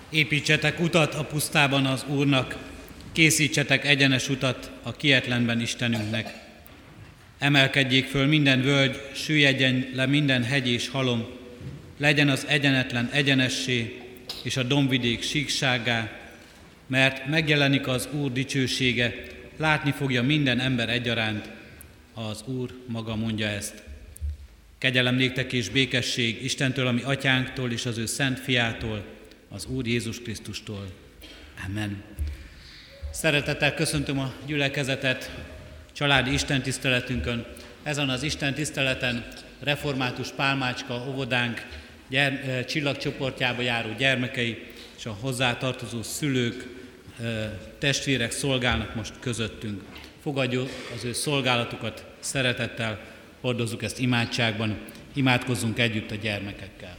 Építsetek utat a pusztában az Úrnak, készítsetek egyenes utat a kietlenben Istenünknek. Emelkedjék föl minden völgy, süllyedjen le minden hegy és halom, legyen az egyenetlen egyenessé, és a dombvidék síksággá, mert megjelenik az Úr dicsősége, látni fogja minden ember egyaránt, az Úr maga mondja ezt. Kegyelem néktek és békesség Istentől, ami atyánktól és az ő szent fiától, az Úr Jézus Krisztustól. Amen. Szeretettel köszöntöm a gyülekezetet családi istentiszteletünkön. Ezen az istentiszteleten református pálmácska óvodánk csillagcsoportjába járó gyermekei és a hozzá tartozó szülők, testvérek szolgálnak most közöttünk. Fogadjuk az ő szolgálatukat szeretettel, hordozzuk ezt imádságban, imádkozzunk együtt a gyermekekkel.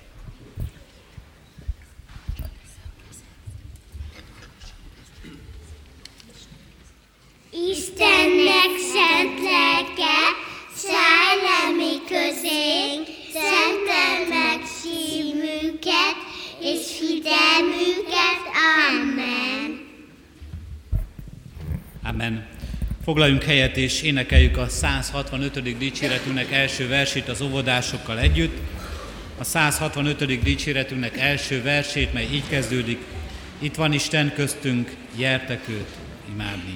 Istennek szent lelke, szállj le mi közénk, szenteld meg szívünket és figyelmünket. Amen. Amen. Foglaljunk helyet és énekeljük a 165. dicséretünknek első versét az óvodásokkal együtt. A 165. dicséretünknek első versét, mely így kezdődik: Itt van Isten köztünk, gyertek őt imádni.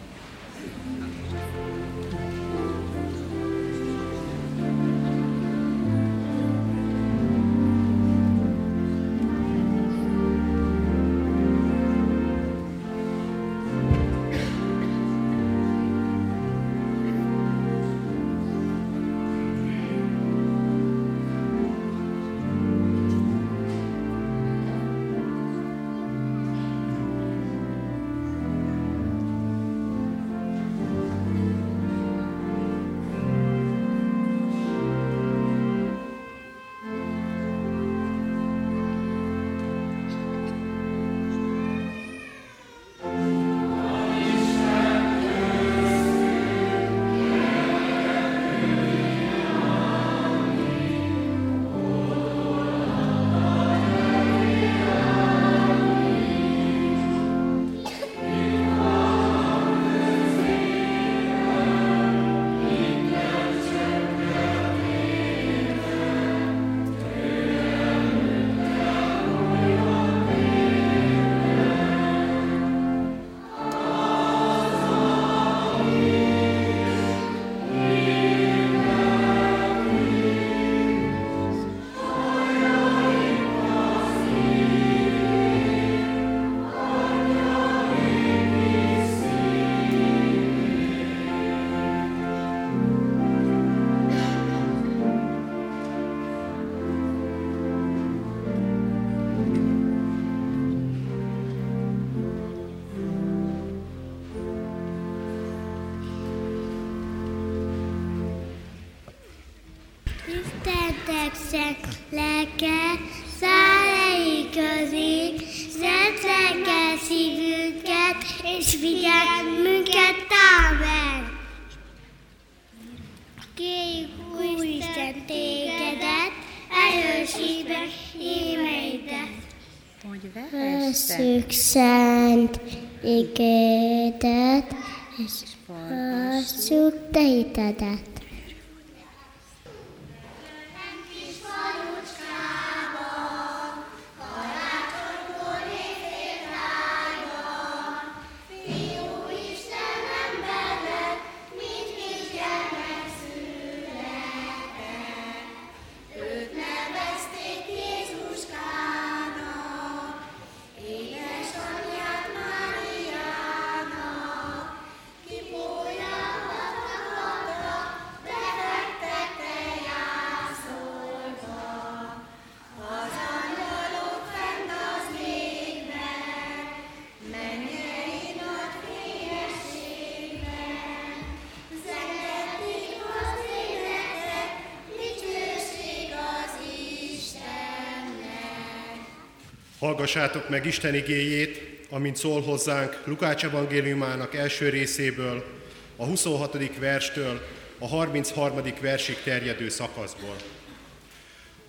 Szent lelke, szállj közé, szenteld meg szívünket és figyelmünket. Amen. Kérjük Úristen tégedet, erősítsd meg ímeidet. Vesszük szent igédet, és hallgassuk te hitedet. Hallgassátok meg Isten igéjét, amint szól hozzánk Lukács evangéliumának első részéből, a 26. verstől a 33. versig terjedő szakaszból.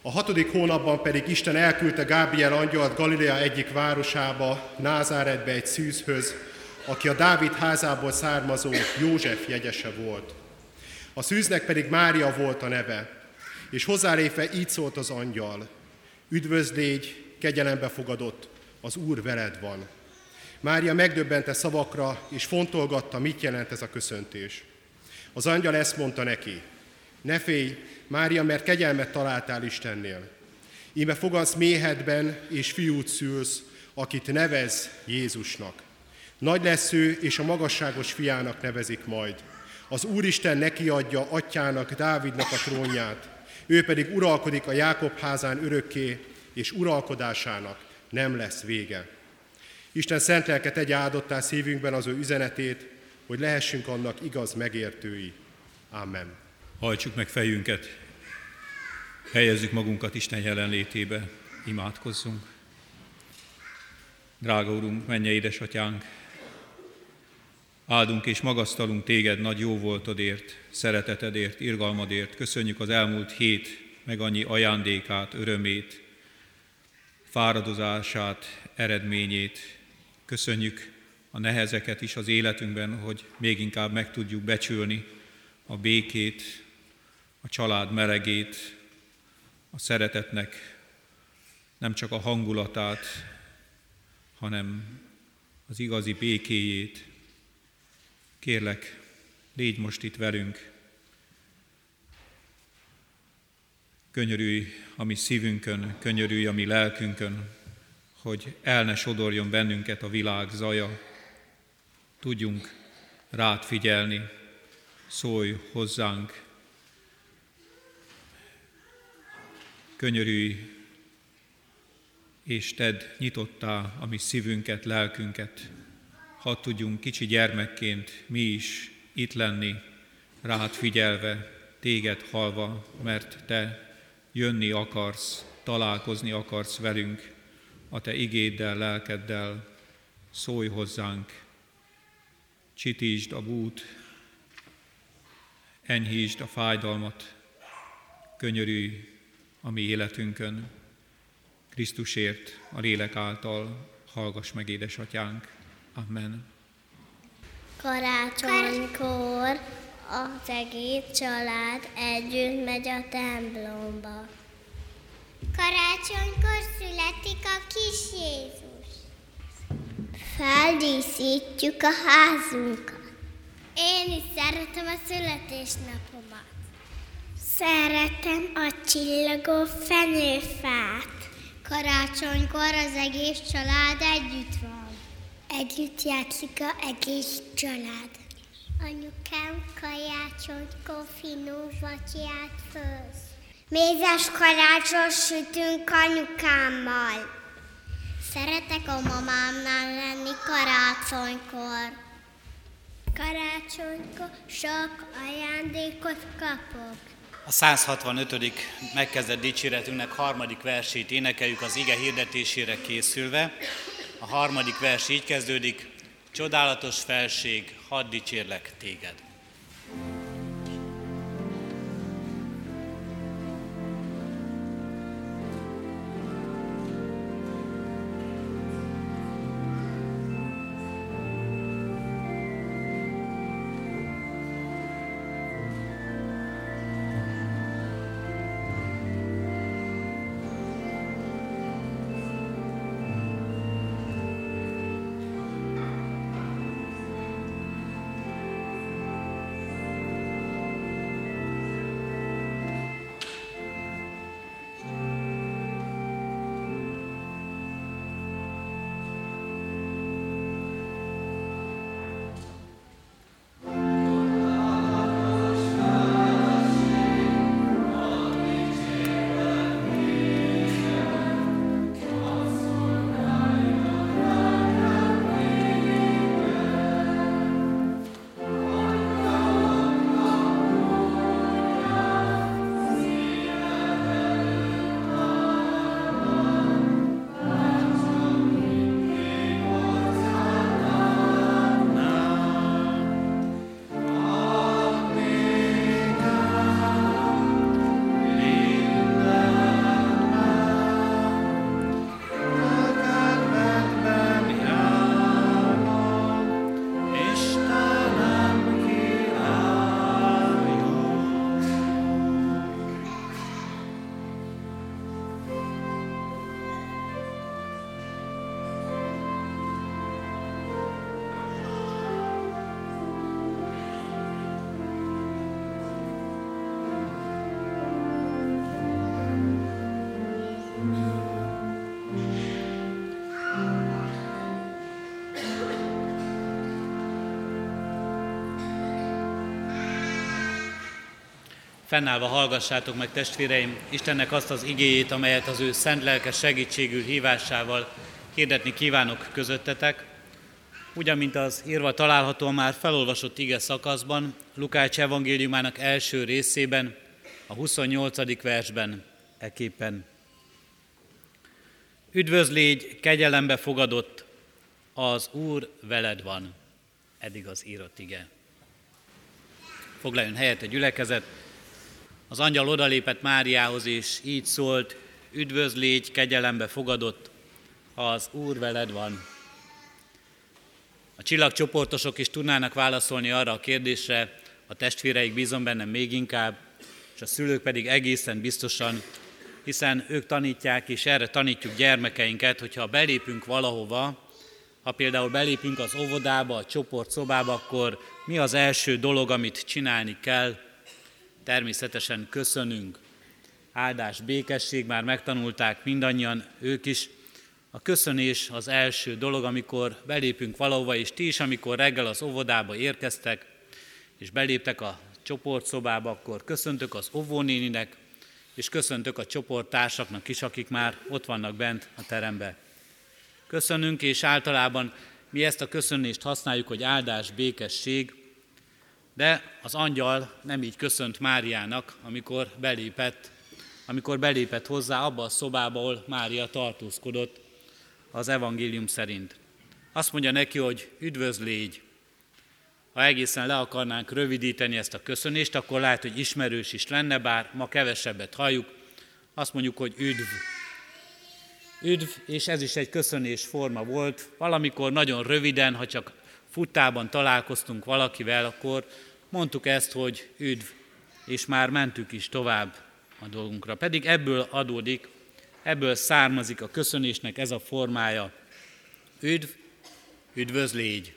A 6. hónapban pedig Isten elküldte Gábriel angyalt Galilea egyik városába, Názáretbe egy szűzhöz, aki a Dávid házából származó József jegyese volt. A szűznek pedig Mária volt a neve, és hozzálépve így szólt az angyal: üdvözlégy, kegyelembe fogadott, az Úr veled van. Mária megdöbbente szavakra, és fontolgatta, mit jelent ez a köszöntés. Az angyal ezt mondta neki: ne félj, Mária, mert kegyelmet találtál Istennél. Íme fogadsz méhedben, és fiút szülsz, akit nevez Jézusnak. Nagy lesz ő, és a magasságos fiának nevezik majd. Az Úristen neki adja atyának, Dávidnak a trónját, ő pedig uralkodik a Jákob házán örökké, és uralkodásának nem lesz vége. Isten szent lelke tegye áldottá szívünkben az ő üzenetét, hogy lehessünk annak igaz megértői. Amen. Hajtsuk meg fejünket, helyezzük magunkat Isten jelenlétébe, imádkozzunk. Drága Urunk, mennyei édesatyánk, áldunk és magasztalunk téged nagy jóvoltodért, szeretetedért, irgalmadért. Köszönjük az elmúlt hét meg annyi ajándékát, örömét, fáradozását, eredményét. Köszönjük a nehezeket is az életünkben, hogy még inkább meg tudjuk becsülni a békét, a család melegét, a szeretetnek nem csak a hangulatát, hanem az igazi békéjét. Kérlek, légy most itt velünk. Könyörülj a mi szívünkön, könyörülj a mi lelkünkön, hogy el ne sodorjon bennünket a világ zaja. Tudjunk rád figyelni, szólj hozzánk. Könyörülj, és tedd nyitottá a mi szívünket, lelkünket. Hadd tudjunk kicsi gyermekként mi is itt lenni, rád figyelve, téged hallva, mert te jönni akarsz, találkozni akarsz velünk, a te igéddel, lelkeddel. Szólj hozzánk, csitítsd a bút, enyhítsd a fájdalmat, könyörülj a mi életünkön. Krisztusért, a lélek által hallgass meg, édesatyánk. Amen. Karácsonykor az egész család együtt megy a templomba. Karácsonykor születik a kis Jézus. Feldíszítjük a házunkat. Én is szeretem a születésnapomat. Szeretem a csillogó fenyőfát. Karácsonykor az egész család együtt van. Együtt játszik az egész család. Anyukám karácsonykor finom vacsiját főz. Mézes karácsot sütünk anyukámmal. Szeretek a mamámnál lenni karácsonykor. Karácsonykor sok ajándékot kapok. A 165. megkezdett dicséretünknek 3. versét énekeljük az ige hirdetésére készülve. A 3. vers így kezdődik: csodálatos felség, hadd dicsérlek téged. Fennállva hallgassátok meg, testvéreim, Istennek azt az igéjét, amelyet az ő szent lelkes segítségű hívásával hirdetni kívánok közöttetek. Ugyan, mint az írva található már felolvasott ige szakaszban, Lukács evangéliumának első részében, a 28. versben eképpen. Üdvözl légy, kegyelembe fogadott, az Úr veled van. Eddig az írott ige. Foglaljon helyet a gyülekezet. Az angyal odalépett Máriához, és így szólt: üdvözl légy, kegyelembe fogadott, az Úr veled van. A csillagcsoportosok is tudnának válaszolni arra a kérdésre, a testvéreik bízom bennem még inkább, és a szülők pedig egészen biztosan, hiszen ők tanítják, és erre tanítjuk gyermekeinket, hogyha belépünk valahova, ha például belépünk az óvodába, a csoportszobába, akkor mi az első dolog, amit csinálni kell? Természetesen köszönünk. Áldás, békesség, már megtanulták mindannyian ők is. A köszönés az első dolog, amikor belépünk valahova, és ti is, amikor reggel az óvodába érkeztek, és beléptek a csoportszobába, akkor köszöntök az óvónéninek, és köszöntök a csoporttársaknak is, akik már ott vannak bent a teremben. Köszönünk, és általában mi ezt a köszönést használjuk, hogy áldás, békesség, de az angyal nem így köszönt Máriának, amikor belépett hozzá abba a szobába, ahol Mária tartózkodott az evangélium szerint. Azt mondja neki, hogy üdvözl légy. Ha egészen le akarnánk rövidíteni ezt a köszönést, akkor lehet, hogy ismerős is lenne, bár ma kevesebbet halljuk. Azt mondjuk, hogy üdv. Üdv, és ez is egy köszönés forma volt. Valamikor nagyon röviden, ha csak futtában találkoztunk valakivel, akkor mondtuk ezt, hogy üdv, és már mentük is tovább a dolgunkra. Pedig ebből adódik, ebből származik a köszönésnek ez a formája. Üdv, üdvözl légy.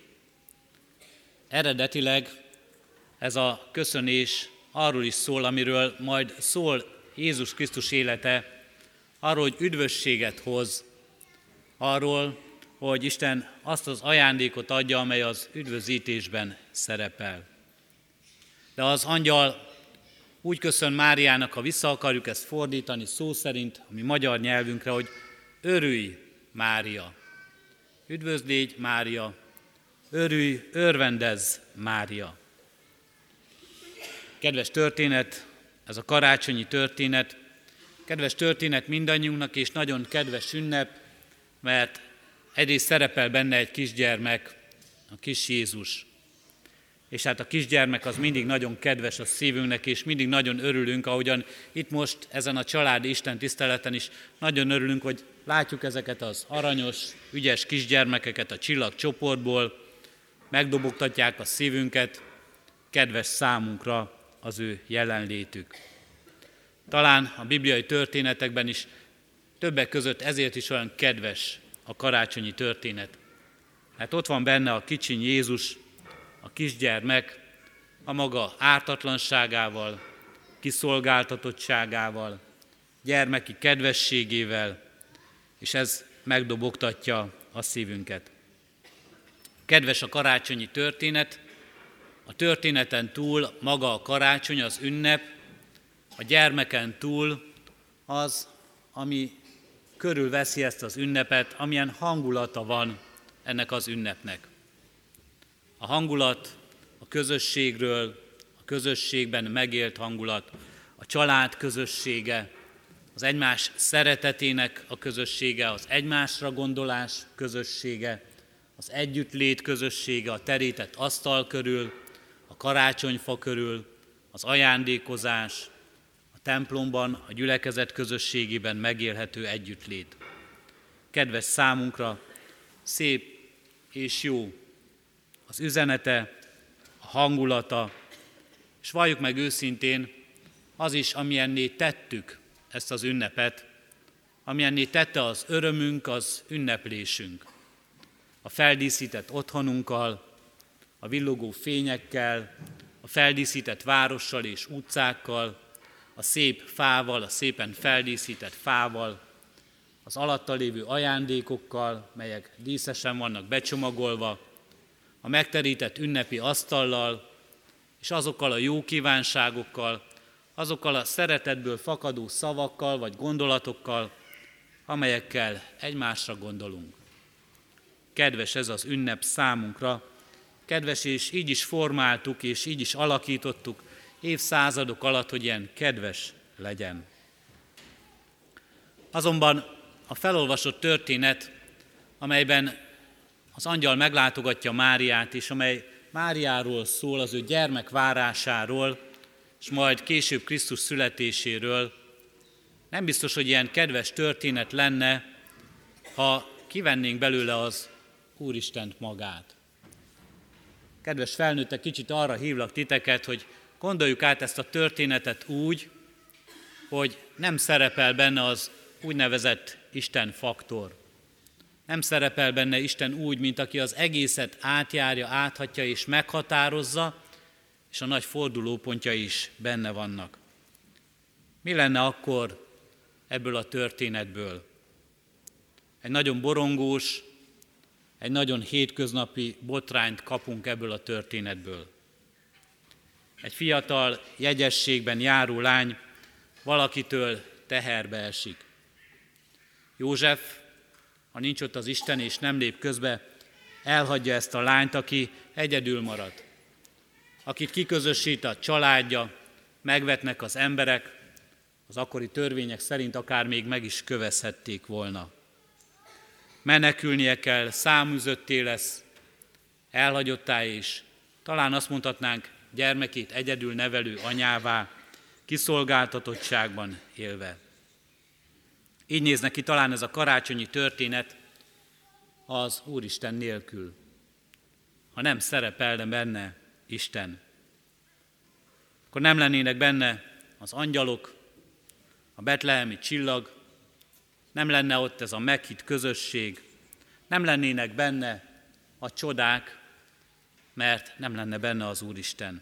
Eredetileg ez a köszönés arról is szól, amiről majd szól Jézus Krisztus élete, arról, hogy üdvösséget hoz, arról, hogy Isten azt az ajándékot adja, amely az üdvözítésben szerepel. De az angyal úgy köszön Máriának, ha vissza akarjuk ezt fordítani szó szerint, a mi magyar nyelvünkre, hogy örülj, Mária. Üdvözl légy, Mária. Örülj, örvendezz, Mária. Kedves történet, ez a karácsonyi történet, kedves történet mindannyiunknak, és nagyon kedves ünnep, mert egyrészt szerepel benne egy kisgyermek, a kis Jézus. És hát a kisgyermek az mindig nagyon kedves a szívünknek, és mindig nagyon örülünk, ahogyan itt most ezen a családi Isten tiszteleten is nagyon örülünk, hogy látjuk ezeket az aranyos, ügyes kisgyermekeket a csillagcsoportból, megdobogtatják a szívünket, kedves számunkra az ő jelenlétük. Talán a bibliai történetekben is többek között ezért is olyan kedves a karácsonyi történet. Hát ott van benne a kicsiny Jézus, a kisgyermek, a maga ártatlanságával, kiszolgáltatottságával, gyermeki kedvességével, és ez megdobogtatja a szívünket. Kedves a karácsonyi történet, a történeten túl maga a karácsony, az ünnep, a gyermeken túl az, ami körülveszi ezt az ünnepet, amilyen hangulata van ennek az ünnepnek. A hangulat a közösségről, a közösségben megélt hangulat, a család közössége, az egymás szeretetének a közössége, az egymásra gondolás közössége, az együttlét közössége, a terített asztal körül, a karácsonyfa körül, az ajándékozás, a templomban, a gyülekezet közösségében megélhető együttlét. Kedves számunkra, szép és jó az üzenete, a hangulata, és valljuk meg őszintén, az is, amilyenné tettük ezt az ünnepet, amilyenné tette az örömünk, az ünneplésünk. A feldíszített otthonunkkal, a villogó fényekkel, a feldíszített várossal és utcákkal, a szép fával, a szépen feldíszített fával, az alatta lévő ajándékokkal, melyek díszesen vannak becsomagolva, a megterített ünnepi asztallal, és azokkal a jó kívánságokkal, azokkal a szeretetből fakadó szavakkal vagy gondolatokkal, amelyekkel egymásra gondolunk. Kedves ez az ünnep számunkra, kedves, és így is formáltuk, és így is alakítottuk évszázadok alatt, hogy ilyen kedves legyen. Azonban a felolvasott történet, amelyben az angyal meglátogatja Máriát, és amely Máriáról szól, az ő gyermekvárásáról, és majd később Krisztus születéséről, nem biztos, hogy ilyen kedves történet lenne, ha kivennénk belőle az Úristent magát. Kedves felnőttek, kicsit arra hívlak titeket, hogy gondoljuk át ezt a történetet úgy, hogy nem szerepel benne az úgynevezett Isten faktor. Nem szerepel benne Isten úgy, mint aki az egészet átjárja, áthatja és meghatározza, és a nagy fordulópontja is benne vannak. Mi lenne akkor ebből a történetből? Egy nagyon borongós, egy nagyon hétköznapi botrányt kapunk ebből a történetből. Egy fiatal, jegyességben járó lány valakitől teherbe esik. József, ha nincs ott az Isten és nem lép közbe, elhagyja ezt a lányt, aki egyedül marad. Akit kiközösít a családja, megvetnek az emberek, az akkori törvények szerint akár még meg is kövezhették volna. Menekülnie kell, száműzötté lesz, elhagyottá és talán azt mondhatnánk, gyermekét egyedül nevelő anyává, kiszolgáltatottságban élve. Így néz neki talán ez a karácsonyi történet az Úristen nélkül, ha nem szerepelne benne Isten. Akkor nem lennének benne az angyalok, a betlehemi csillag, nem lenne ott ez a meghitt közösség, nem lennének benne a csodák, mert nem lenne benne az Úristen.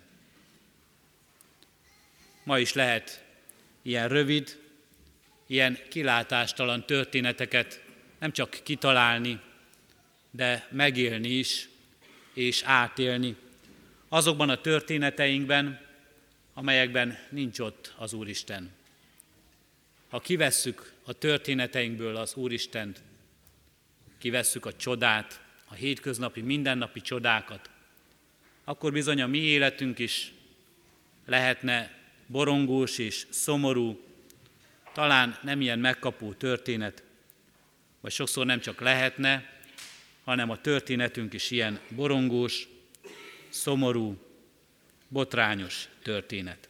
Ma is lehet ilyen rövid, ilyen kilátástalan történeteket nem csak kitalálni, de megélni is, és átélni azokban a történeteinkben, amelyekben nincs ott az Úristen. Ha kivesszük a történeteinkből az Úristent, kivesszük a csodát, a hétköznapi, mindennapi csodákat, akkor bizony a mi életünk is lehetne borongós és szomorú, talán nem ilyen megkapó történet, vagy sokszor nem csak lehetne, hanem a történetünk is ilyen borongós, szomorú, botrányos történet.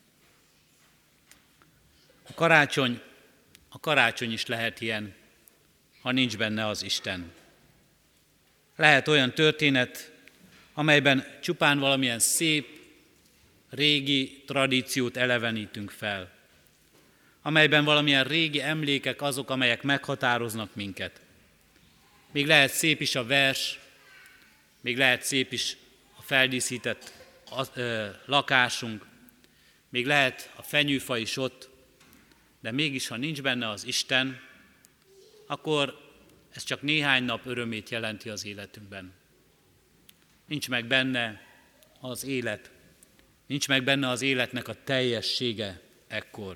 A karácsony is lehet ilyen, ha nincs benne az Isten. Lehet olyan történet, amelyben csupán valamilyen szép, régi tradíciót elevenítünk fel, amelyben valamilyen régi emlékek azok, amelyek meghatároznak minket. Még lehet szép is a vers, még lehet szép is a feldíszített lakásunk, még lehet a fenyőfa is ott, de mégis, ha nincs benne az Isten, akkor ez csak néhány nap örömét jelenti az életünkben. Nincs meg benne az élet, nincs meg benne az életnek a teljessége ekkor.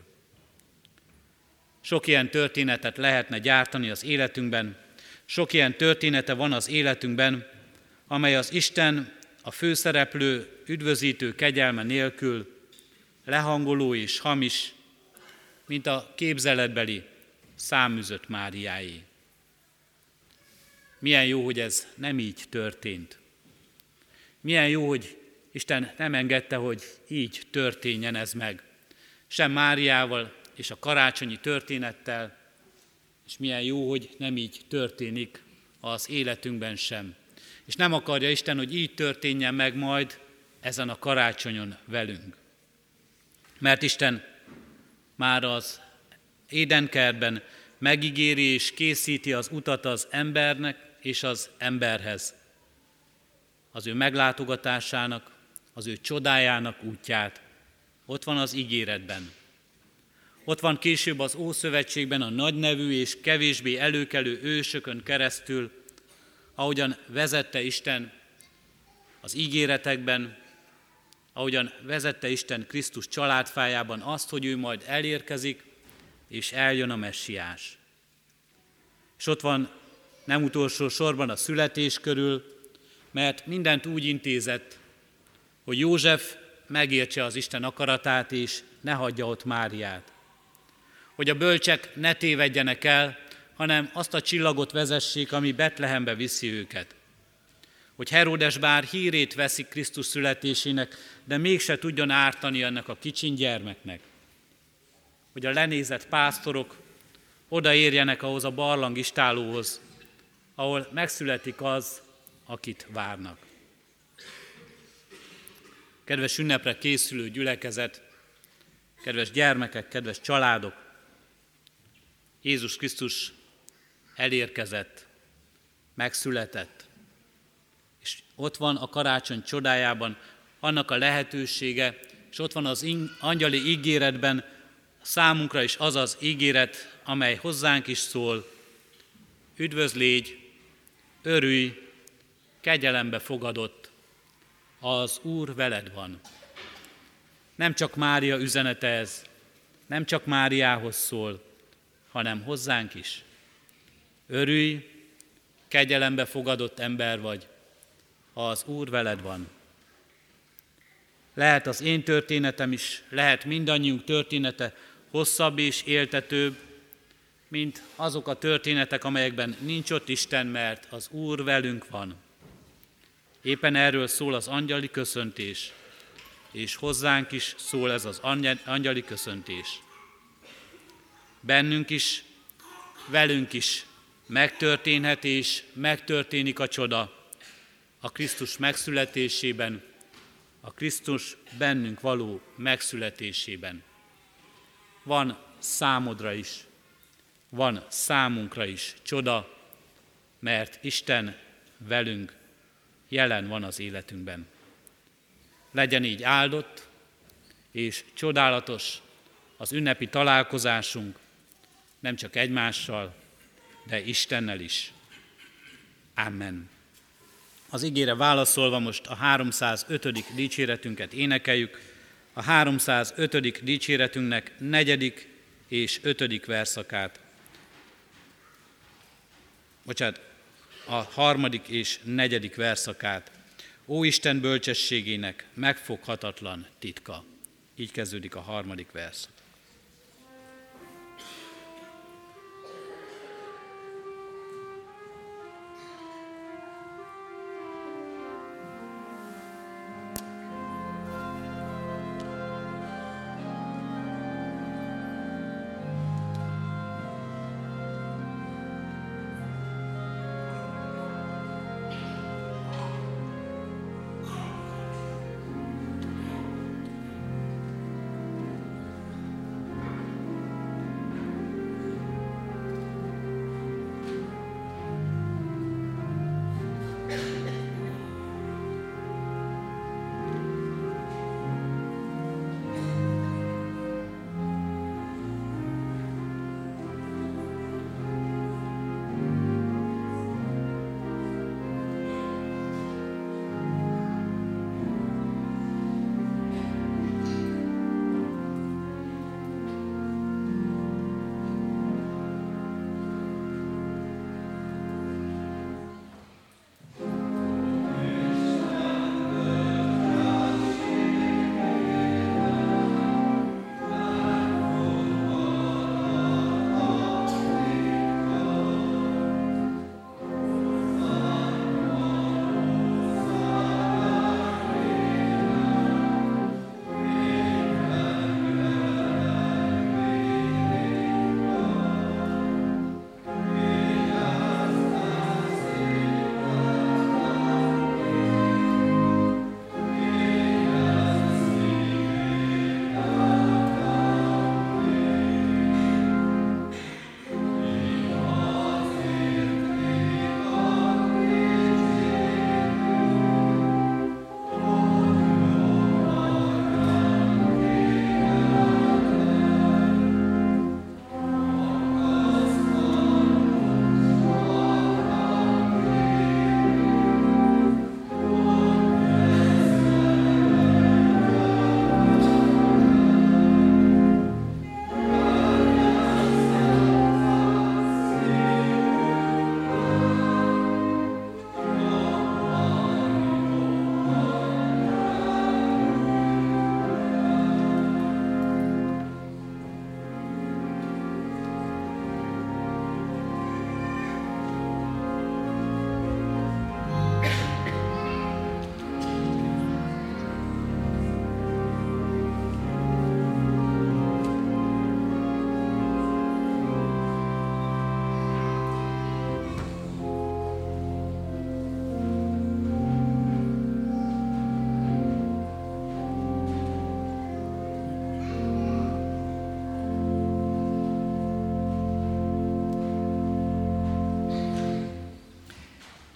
Sok ilyen történetet lehetne gyártani az életünkben, sok ilyen története van az életünkben, amely az Isten, a főszereplő, üdvözítő kegyelme nélkül lehangoló és hamis, mint a képzeletbeli száműzött Máriáé. Milyen jó, hogy ez nem így történt. Milyen jó, hogy Isten nem engedte, hogy így történjen ez meg. Sem Máriával és a karácsonyi történettel, és milyen jó, hogy nem így történik az életünkben sem. És nem akarja Isten, hogy így történjen meg majd ezen a karácsonyon velünk. Mert Isten már az édenkertben megígéri és készíti az utat az embernek és az emberhez. Az ő meglátogatásának, az ő csodájának útját. Ott van az ígéretben. Ott van később az Ószövetségben a nagynevű és kevésbé előkelő ősökön keresztül, ahogyan vezette Isten az ígéretekben, ahogyan vezette Isten Krisztus családfájában azt, hogy ő majd elérkezik, és eljön a messiás. És ott van nem utolsó sorban a születés körül, mert mindent úgy intézett, hogy József megértse az Isten akaratát, és ne hagyja ott Máriát. Hogy a bölcsek ne tévedjenek el, hanem azt a csillagot vezessék, ami Betlehembe viszi őket. Hogy Heródes bár hírét veszi Krisztus születésének, de mégse tudjon ártani ennek a kicsin gyermeknek. Hogy a lenézett pásztorok odaérjenek ahhoz a barlangistálóhoz, ahol megszületik az, akit várnak. Kedves ünnepre készülő gyülekezet, kedves gyermekek, kedves családok, Jézus Krisztus elérkezett, megszületett, és ott van a karácsony csodájában annak a lehetősége, és ott van az angyali ígéretben számunkra is az az ígéret, amely hozzánk is szól: üdvözl légy, örülj, kegyelembe fogadott, az Úr veled van. Nem csak Mária üzenete ez, nem csak Máriához szól, hanem hozzánk is. Örülj, kegyelembe fogadott ember vagy, az Úr veled van. Lehet az én történetem is, lehet mindannyiunk története hosszabb és éltetőbb, mint azok a történetek, amelyekben nincs ott Isten, mert az Úr velünk van. Éppen erről szól az angyali köszöntés, és hozzánk is szól ez az angyali köszöntés. Bennünk is, velünk is megtörténhet és megtörténik a csoda a Krisztus megszületésében, a Krisztus bennünk való megszületésében. Van számodra is, van számunkra is csoda, mert Isten velünk jelen van az életünkben. Legyen így áldott és csodálatos az ünnepi találkozásunk, nem csak egymással, de Istennel is. Amen. Az igére válaszolva most a 305. dicséretünket énekeljük, a 305. dicséretünknek 4. és 5. verszakát. A 3. és 4. verszakát. Ó Isten bölcsességének megfoghatatlan titka. Így kezdődik a 3. versz.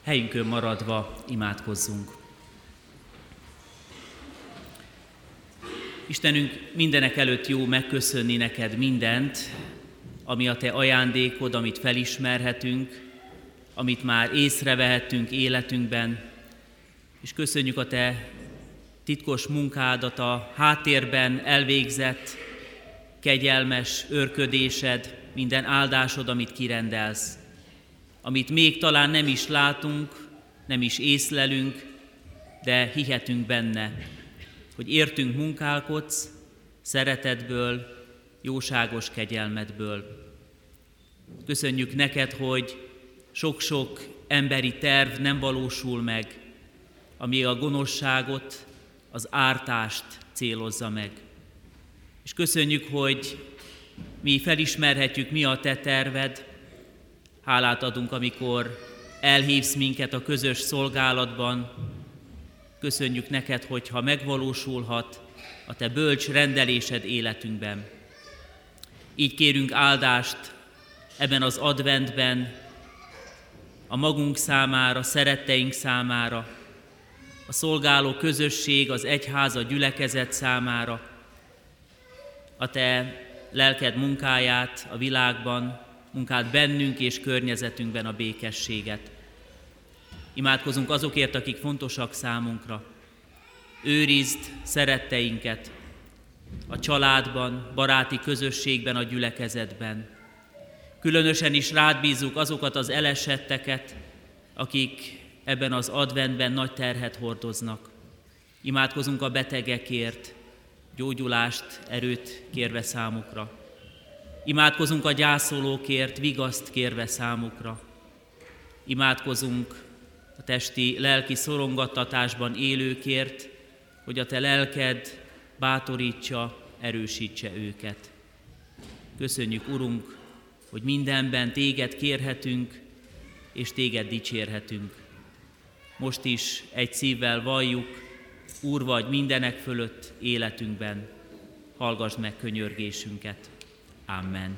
Helyünkön maradva imádkozzunk. Istenünk, mindenek előtt jó megköszönni neked mindent, ami a te ajándékod, amit felismerhetünk, amit már észrevehettünk életünkben, és köszönjük a te titkos munkádat, a háttérben elvégzett kegyelmes őrködésed, minden áldásod, amit kirendelsz, amit még talán nem is látunk, nem is észlelünk, de hihetünk benne, hogy értünk munkálkodsz szeretetből, jóságos kegyelmedből. Köszönjük neked, hogy sok-sok emberi terv nem valósul meg, ami a gonoszságot, az ártást célozza meg. És köszönjük, hogy mi felismerhetjük, mi a te terved. Hálát adunk, amikor elhívsz minket a közös szolgálatban. Köszönjük neked, hogyha megvalósulhat a te bölcs rendelésed életünkben. Így kérünk áldást ebben az adventben, a magunk számára, szeretteink számára, a szolgáló közösség, az egyház, a gyülekezet számára, a te lelked munkáját a világban, munkád bennünk és környezetünkben, a békességet. Imádkozunk azokért, akik fontosak számunkra. Őrizd szeretteinket a családban, baráti közösségben, a gyülekezetben. Különösen is rád bízzuk azokat az elesetteket, akik ebben az adventben nagy terhet hordoznak. Imádkozunk a betegekért, gyógyulást, erőt kérve számukra. Imádkozunk a gyászolókért, vigaszt kérve számukra. Imádkozunk a testi, lelki szorongattatásban élőkért, hogy a te lelked bátorítsa, erősítse őket. Köszönjük, Urunk, hogy mindenben téged kérhetünk, és téged dicsérhetünk. Most is egy szívvel valljuk, Úr vagy mindenek fölött életünkben. Hallgassd meg könyörgésünket. Amen.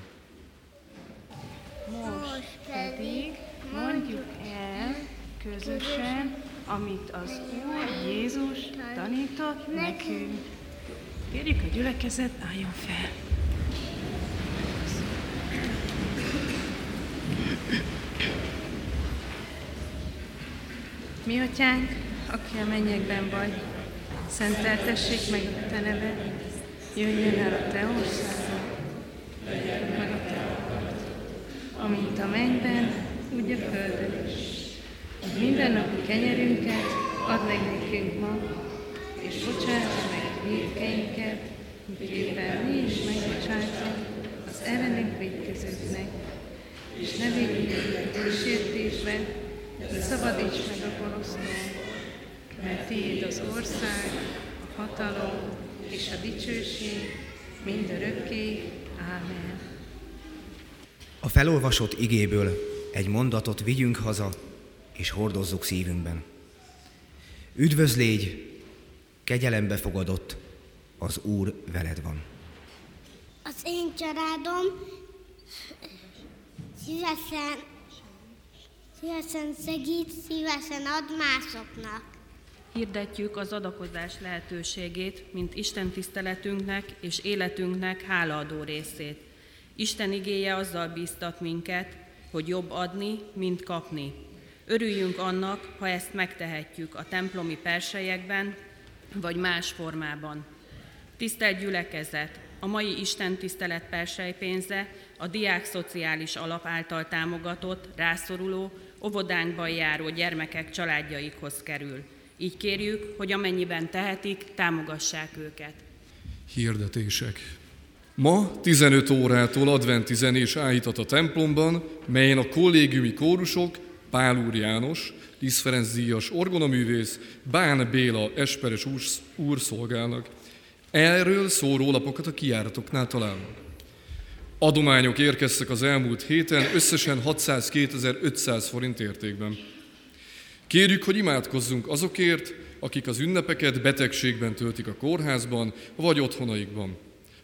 Most pedig mondjuk el közösen, amit az Úr Jézus tanított nekünk. Kérjük, a gyülekezet álljon fel. Mi atyánk, aki a mennyekben vagy, szenteltessék meg a te neved, jöjjön el a te országod, legyen meg a te akaratod, amint a mennyben, úgy a földön is. Mindennapi kenyerünket add meg nekünk ma, és bocsáss meg vétkeinket, miképpen mi is megbocsátunk az ellenünk vétkezőknek, és ne védj minket kísértésbe, de szabadíts meg a gonosztól, mert tiéd az ország, a hatalom és a dicsőség mindörökké. Ámen. A felolvasott igéből egy mondatot vigyünk haza, és hordozzuk szívünkben. Üdvözlégy, kegyelembe fogadott, az Úr veled van. Az én családom szívesen segít, szívesen ad másoknak. Hirdetjük az adakozás lehetőségét, mint Isten tiszteletünknek és életünknek hálaadó részét. Isten igéje azzal bíztat minket, hogy jobb adni, mint kapni. Örüljünk annak, ha ezt megtehetjük a templomi persejekben, vagy más formában. Tisztelt gyülekezet! A mai Isten tisztelet persejpénze a Diák Szociális Alap által támogatott, rászoruló, óvodánkban járó gyermekek családjaikhoz kerül. Így kérjük, hogy amennyiben tehetik, támogassák őket. Hirdetések. Ma 15 órától adventi zenés állítat a templomban, melyen a kollégiumi kórusok Pál Úr János, Liszt Ferenc díjas orgonaművész, Bán Béla esperes úr szolgálnak. Erről szóló lapokat a kijáratoknál találnak. Adományok érkeztek az elmúlt héten összesen 602.500 forint értékben. Kérjük, hogy imádkozzunk azokért, akik az ünnepeket betegségben töltik a kórházban vagy otthonaikban.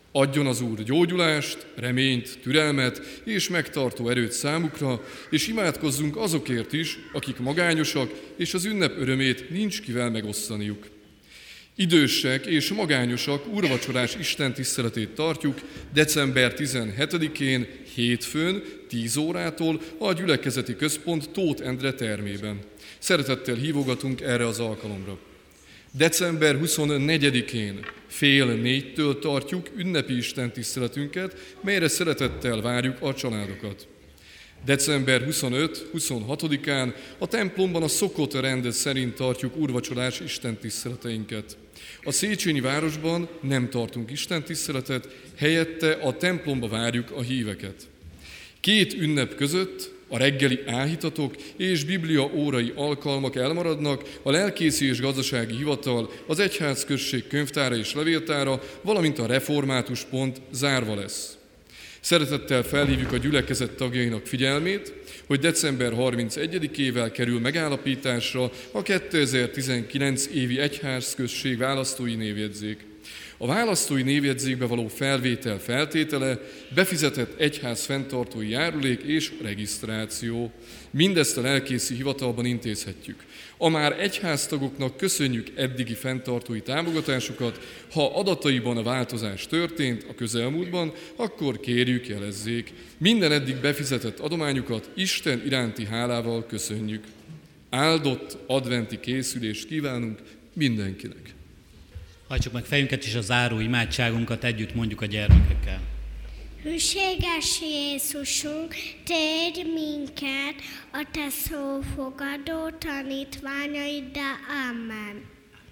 Adjon az Úr gyógyulást, reményt, türelmet és megtartó erőt számukra, és imádkozzunk azokért is, akik magányosak, és az ünnep örömét nincs kivel megosztaniuk. Idősek és magányosak úrvacsorás istentiszteletét tartjuk december 17-én, hétfőn, 10 órától a Gyülekezeti Központ Tóth Endre termében. Szeretettel hívogatunk erre az alkalomra. December 24-én fél 4-től tartjuk ünnepi istentiszteletünket, melyre szeretettel várjuk a családokat. December 25-26-án a templomban a szokott rend szerint tartjuk úrvacsorás istentiszteleteinket. A Széchenyi városban nem tartunk istentiszteletet, helyette a templomba várjuk a híveket. 2 ünnep között a reggeli áhítatok és biblia órai alkalmak elmaradnak, a Lelkészi és Gazdasági Hivatal, az Egyházközség könyvtára és levéltára, valamint a református pont zárva lesz. Szeretettel felhívjuk a gyülekezet tagjainak figyelmét, hogy december 31-ével kerül megállapításra a 2019 évi Egyházközség választói névjegyzék. A választói névjegyzékbe való felvétel feltétele befizetett egyház fenntartói járulék és regisztráció. Mindezt a Lelkészi Hivatalban intézhetjük. A már egyháztagoknak köszönjük eddigi fenntartói támogatásukat, ha adataiban a változás történt a közelmúltban, akkor kérjük jelezzék. Minden eddig befizetett adományukat Isten iránti hálával köszönjük. Áldott adventi készülést kívánunk mindenkinek! Hajtsuk meg fejünket, és a záró imádságunkat együtt mondjuk a gyermekekkel. Hűséges Jézusunk, térj minket a te szófogadó tanítványaiddá. Amen.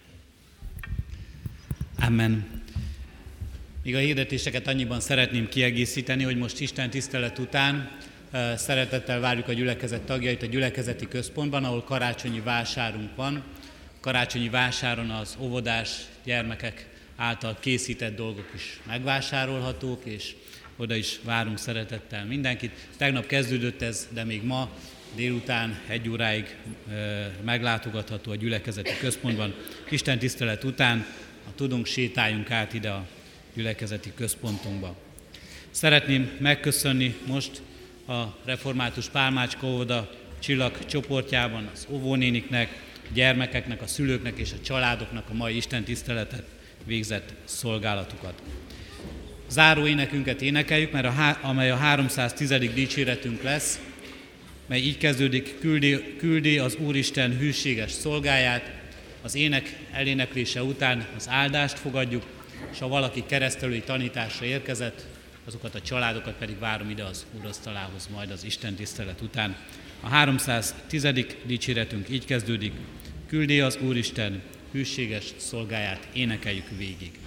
Amen. Míg a hirdetéseket annyiban szeretném kiegészíteni, hogy most Isten tisztelet után szeretettel várjuk a gyülekezet tagjait a gyülekezeti központban, ahol karácsonyi vásárunk van. Karácsonyi vásáron az óvodás gyermekek által készített dolgok is megvásárolhatók, és oda is várunk szeretettel mindenkit. Tegnap kezdődött ez, de még ma délután 1 óráig meglátogatható a gyülekezeti központban. Isten tisztelet után, ha tudunk, sétáljunk át ide a gyülekezeti központunkba. Szeretném megköszönni most a Református Pálmácska óvoda Csillag csoportjában az óvónéniknek, gyermekeknek, a szülőknek és a családoknak a mai istentiszteletet végzett szolgálatukat. Záró énekünket énekeljük, amely a 310. dicséretünk lesz, mely így kezdődik: küldi az Úristen hűséges szolgáját. Az ének eléneklése után az áldást fogadjuk, és ha valaki keresztelői tanításra érkezett, azokat a családokat pedig várom ide az úrasztalához majd az istentisztelet után. A 310. dicséretünk így kezdődik: küldi az Úristen hűséges szolgáját, énekeljük végig.